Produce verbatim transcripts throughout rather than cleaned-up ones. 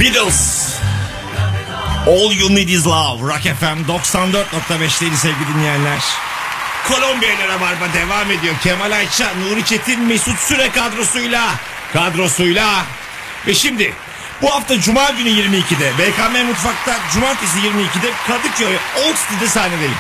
Beatles. All You Need Is Love. Rock F M doksan dört nokta beş'teydi sevgili dinleyenler. Kolombiya ile Rabarba devam ediyor. Kemal Ayça, Nuri Çetin, Mesut Süre kadrosuyla. Kadrosuyla. Ve şimdi bu hafta Cuma günü yirmi ikide B K M Mutfak'ta, Cumartesi yirmi ikide Kadıköy Old City'de sahnedeyim.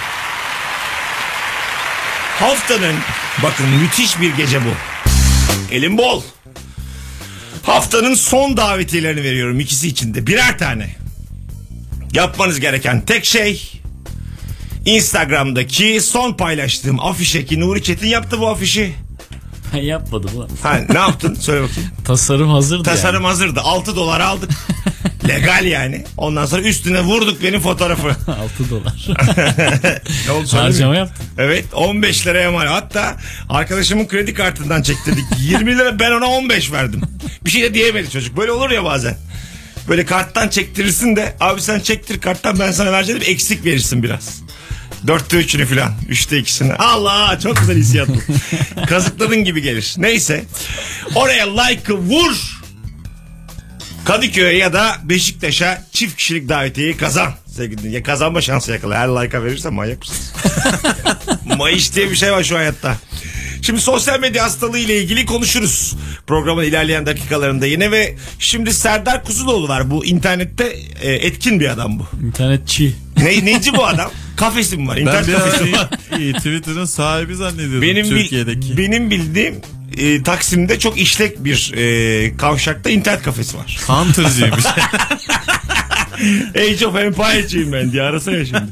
Haftanın, bakın müthiş bir gece bu. Elim bol. Haftanın son davetiyelerini veriyorum, ikisi içinde birer tane. Yapmanız gereken tek şey, Instagram'daki son paylaştığım afişe, ki Nuri Çetin yaptı bu afişi. Yapmadım ulan. Ha, ne yaptın? Söyle bakayım. Tasarım hazırdı. Tasarım yani. hazırdı. altı dolar aldık. Legal yani. Ondan sonra üstüne vurduk benim fotoğrafı. altı dolar. Ne oldu? Harcama yaptın. Evet, on beş liraya mal. Hatta arkadaşımın kredi kartından çektirdik. yirmi lira, ben ona on beş verdim. Bir şey de diyemedi çocuk. Böyle olur ya bazen. Böyle karttan çektirirsin de, abi sen çektir karttan, ben sana vereceğim, eksik verirsin biraz. Dörtte üçünü filan. Üçte ikisini. Allah, çok güzel hissiyat bu. Kazıkladın gibi gelir. Neyse. Oraya like'ı vur. Kadıköy'e ya da Beşiktaş'a çift kişilik davetiyeyi kazan. Sevgili, ya kazanma şansı yakala. Her like'a verirsen manyak mısın? Mayış diye bir şey var şu hayatta. Şimdi sosyal medya hastalığı ile ilgili konuşuruz programın ilerleyen dakikalarında yine. Ve şimdi Serdar Kuzuloğlu var, bu internette e, etkin bir adam bu. İnternetçi. Ne, neyci bu adam? Kafesi mi var? İnternet ben kafesi mi? Twitter'ın sahibi zannediyordum Benim, Türkiye'deki. bil, benim bildiğim e, Taksim'de çok işlek bir e, kavşakta internet kafesi var. Counter'cıymış. Age of Empire'ciyim ben diye arasana şimdi.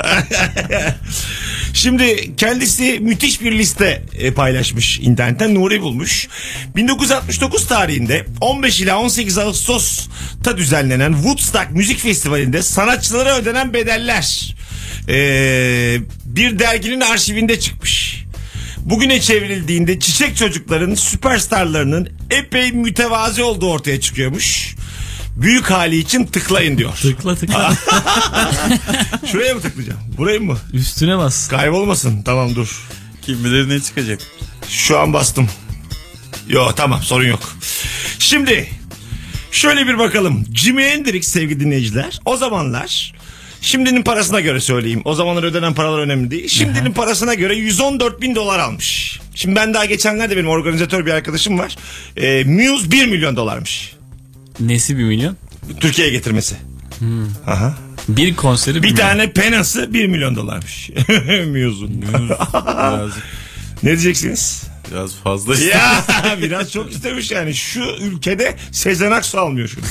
Şimdi kendisi müthiş bir liste e, paylaşmış internetten. Nuri bulmuş. bin dokuz yüz altmış dokuz tarihinde on beş ila on sekiz Ağustos'ta düzenlenen Woodstock Müzik Festivali'nde sanatçılara ödenen bedeller e, bir derginin arşivinde çıkmış. Bugüne çevrildiğinde çiçek çocukların süperstarlarının epey mütevazi olduğu ortaya çıkıyormuş. Büyük hali için tıklayın diyor. Tıkla tıkla. Şuraya mı tıklayacağım? Buraya mı? Üstüne bas. Kaybolmasın. Tamam, dur. Kim bilir ne çıkacak. Şu an bastım. Yo, tamam, sorun yok. Şimdi şöyle bir bakalım. Jimi Hendrix sevgili dinleyiciler, o zamanlar, şimdinin parasına göre söyleyeyim, o zamanlar ödenen paralar önemli değil. Şimdinin Aha. parasına göre yüz on dört bin dolar almış. Şimdi ben daha geçenlerde, benim organizatör bir arkadaşım var. E, Muse bir milyon dolarmış. Nesi bir milyon? Türkiye'ye getirmesi. Hmm. Aha. Bir konseri bir bir tane milyon. penası bir milyon dolarmış. Muse'un. Birazcık, Ne diyeceksiniz? biraz fazla istemiş. Ya biraz çok istemiş yani. Şu ülkede Sezen Aksu almıyor şunu.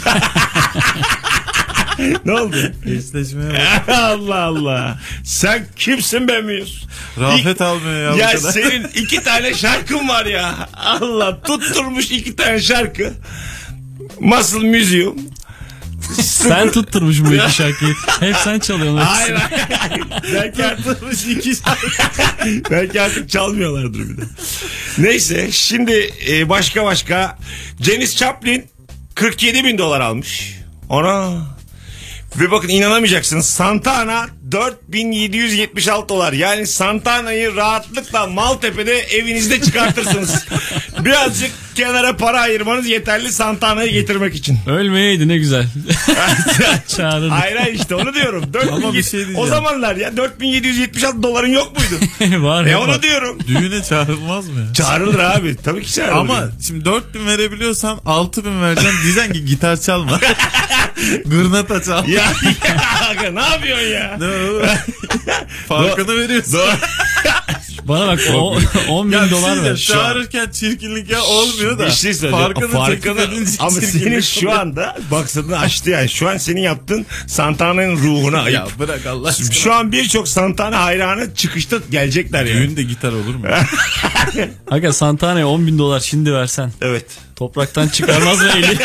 Ne oldu? Eşleşmeye bak. Allah Allah. Sen kimsin be Muse? Rafet almıyor ya. Ya bu kadar. senin iki tane şarkın var ya. Allah, tutturmuş iki tane şarkı. Muscle Museum. Sen tutturmuşsun bu iki şarkıyı. Hep sen çalıyorsun. Hayır hayır. Belki artık, iki belki artık çalmıyorlardır bir de. Neyse, şimdi başka başka. Janis Joplin kırk yedi bin dolar almış. Ona. Ve bakın, inanamayacaksınız, Santana dört bin yedi yüz yetmiş altı dolar. Yani Santana'yı rahatlıkla Maltepe'de evinizde çıkartırsınız. Birazcık kenara para ayırmanız yeterli Santana'yı getirmek için. Ölmeyeydi ne güzel. Çağırırdık. Hayır hayır, işte onu diyorum. Ama bir şey diyeceğim. O zamanlar ya dört bin yedi yüz yetmiş altı doların yok muydu? Var. E onu var. diyorum. Düğüne çağrılmaz mı ya? Çağrılır abi. Tabii ki çağrılır. Ama şimdi dört bin verebiliyorsan altı bin vereceksin. Diyeceksin ki gitar çalma. Gırnata çal. Ya, ya ne yapıyorsun ya? Ne o? Farkını veriyorsun. Bana bak, o, on bin Ya dolar ver. şu çağırırken çirkinlik ya olmuyor da. Bir şey söyleyeceğim. Farkını, Farkını ama senin şu oluyor. anda maksadını aştı yani. Şu an senin yaptığın Santana'nın ruhuna ayıp. Ya bırak Allah aşkına. Şu an birçok Santana hayranı çıkışta gelecekler yani. Düğünde gitar olur mu? Aga, Santana'ya on bin dolar şimdi versen. Evet. Topraktan çıkarmaz mı eli?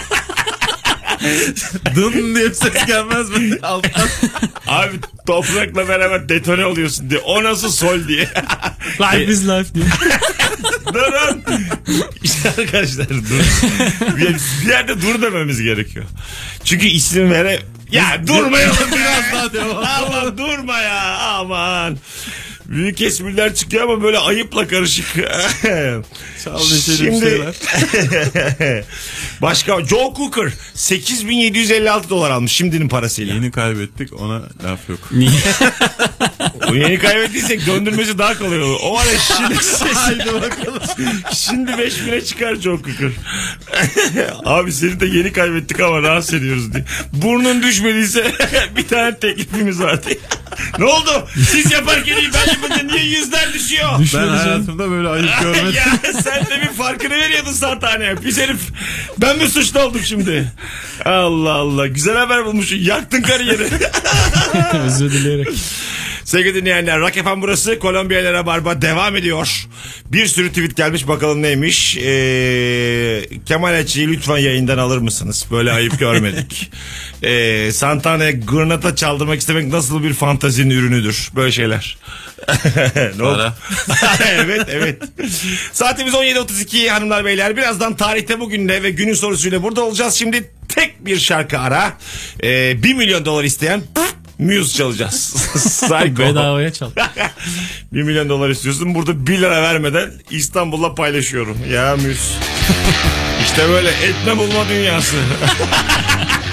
Dın diye ses gelmez mi? Alttan. Abi toprakla beraber detone oluyorsun diye. O nasıl sol diye. Life is life diye. Durun. İşte arkadaşlar dur. Bir, bir yerde dur dememiz gerekiyor. Çünkü isim vere... Ya durmayalım biraz daha devam. Aman durma ya, aman. Büyük espriler çıkıyor ama böyle ayıpla karışık. Çal neşeli bir Şimdi şeyler. başka Joe Cooker sekiz bin yedi yüz elli altı dolar almış şimdinin parasıyla. Yeni kaybettik, ona laf yok. Niye? O yeni kaybettiysek döndürmesi daha kolay olur. O var ya şimdi sesiydi bakalım. Şimdi beş bine çıkar Joe Cooker. Abi seni de yeni kaybettik ama rahatsız ediyoruz diye. Burnun düşmediyse bir tane teklifimiz vardı. Ne oldu? Siz yaparken iyi, ben yapınca niye yüzler düşüyor? Ben Düşmedi canım. hayatımda böyle ayıp görmedim. Ya sen de bir farkını veriyordun santane. Biz herif, ben mi suçlu oldum şimdi? Allah Allah. Güzel haber bulmuşsun. Yaktın kariyeri. Özür dileyerek. Sevgili dinleyenler, Rock F M burası. Kolombiya ile Rabarba devam ediyor. Bir sürü tweet gelmiş, bakalım neymiş. Ee, Kemal Açı'yı lütfen yayından alır mısınız? Böyle ayıp görmedik. ee, Santana'ya gırnata çaldırmak istemek nasıl bir fantazinin ürünüdür? Böyle şeyler. Ne oldu? Para. Evet evet. Saatimiz on yedi otuz iki hanımlar beyler. Birazdan tarihte bugünle ve günün sorusuyla burada olacağız. Şimdi tek bir şarkı ara. Ee, bir milyon dolar isteyen Muse çalacağız. Psycho. Bedavaya çal. bir milyon dolar istiyorsun. Burada bir lira vermeden İstanbul'la paylaşıyorum. Ya Muse. İşte böyle etme bulma dünyası.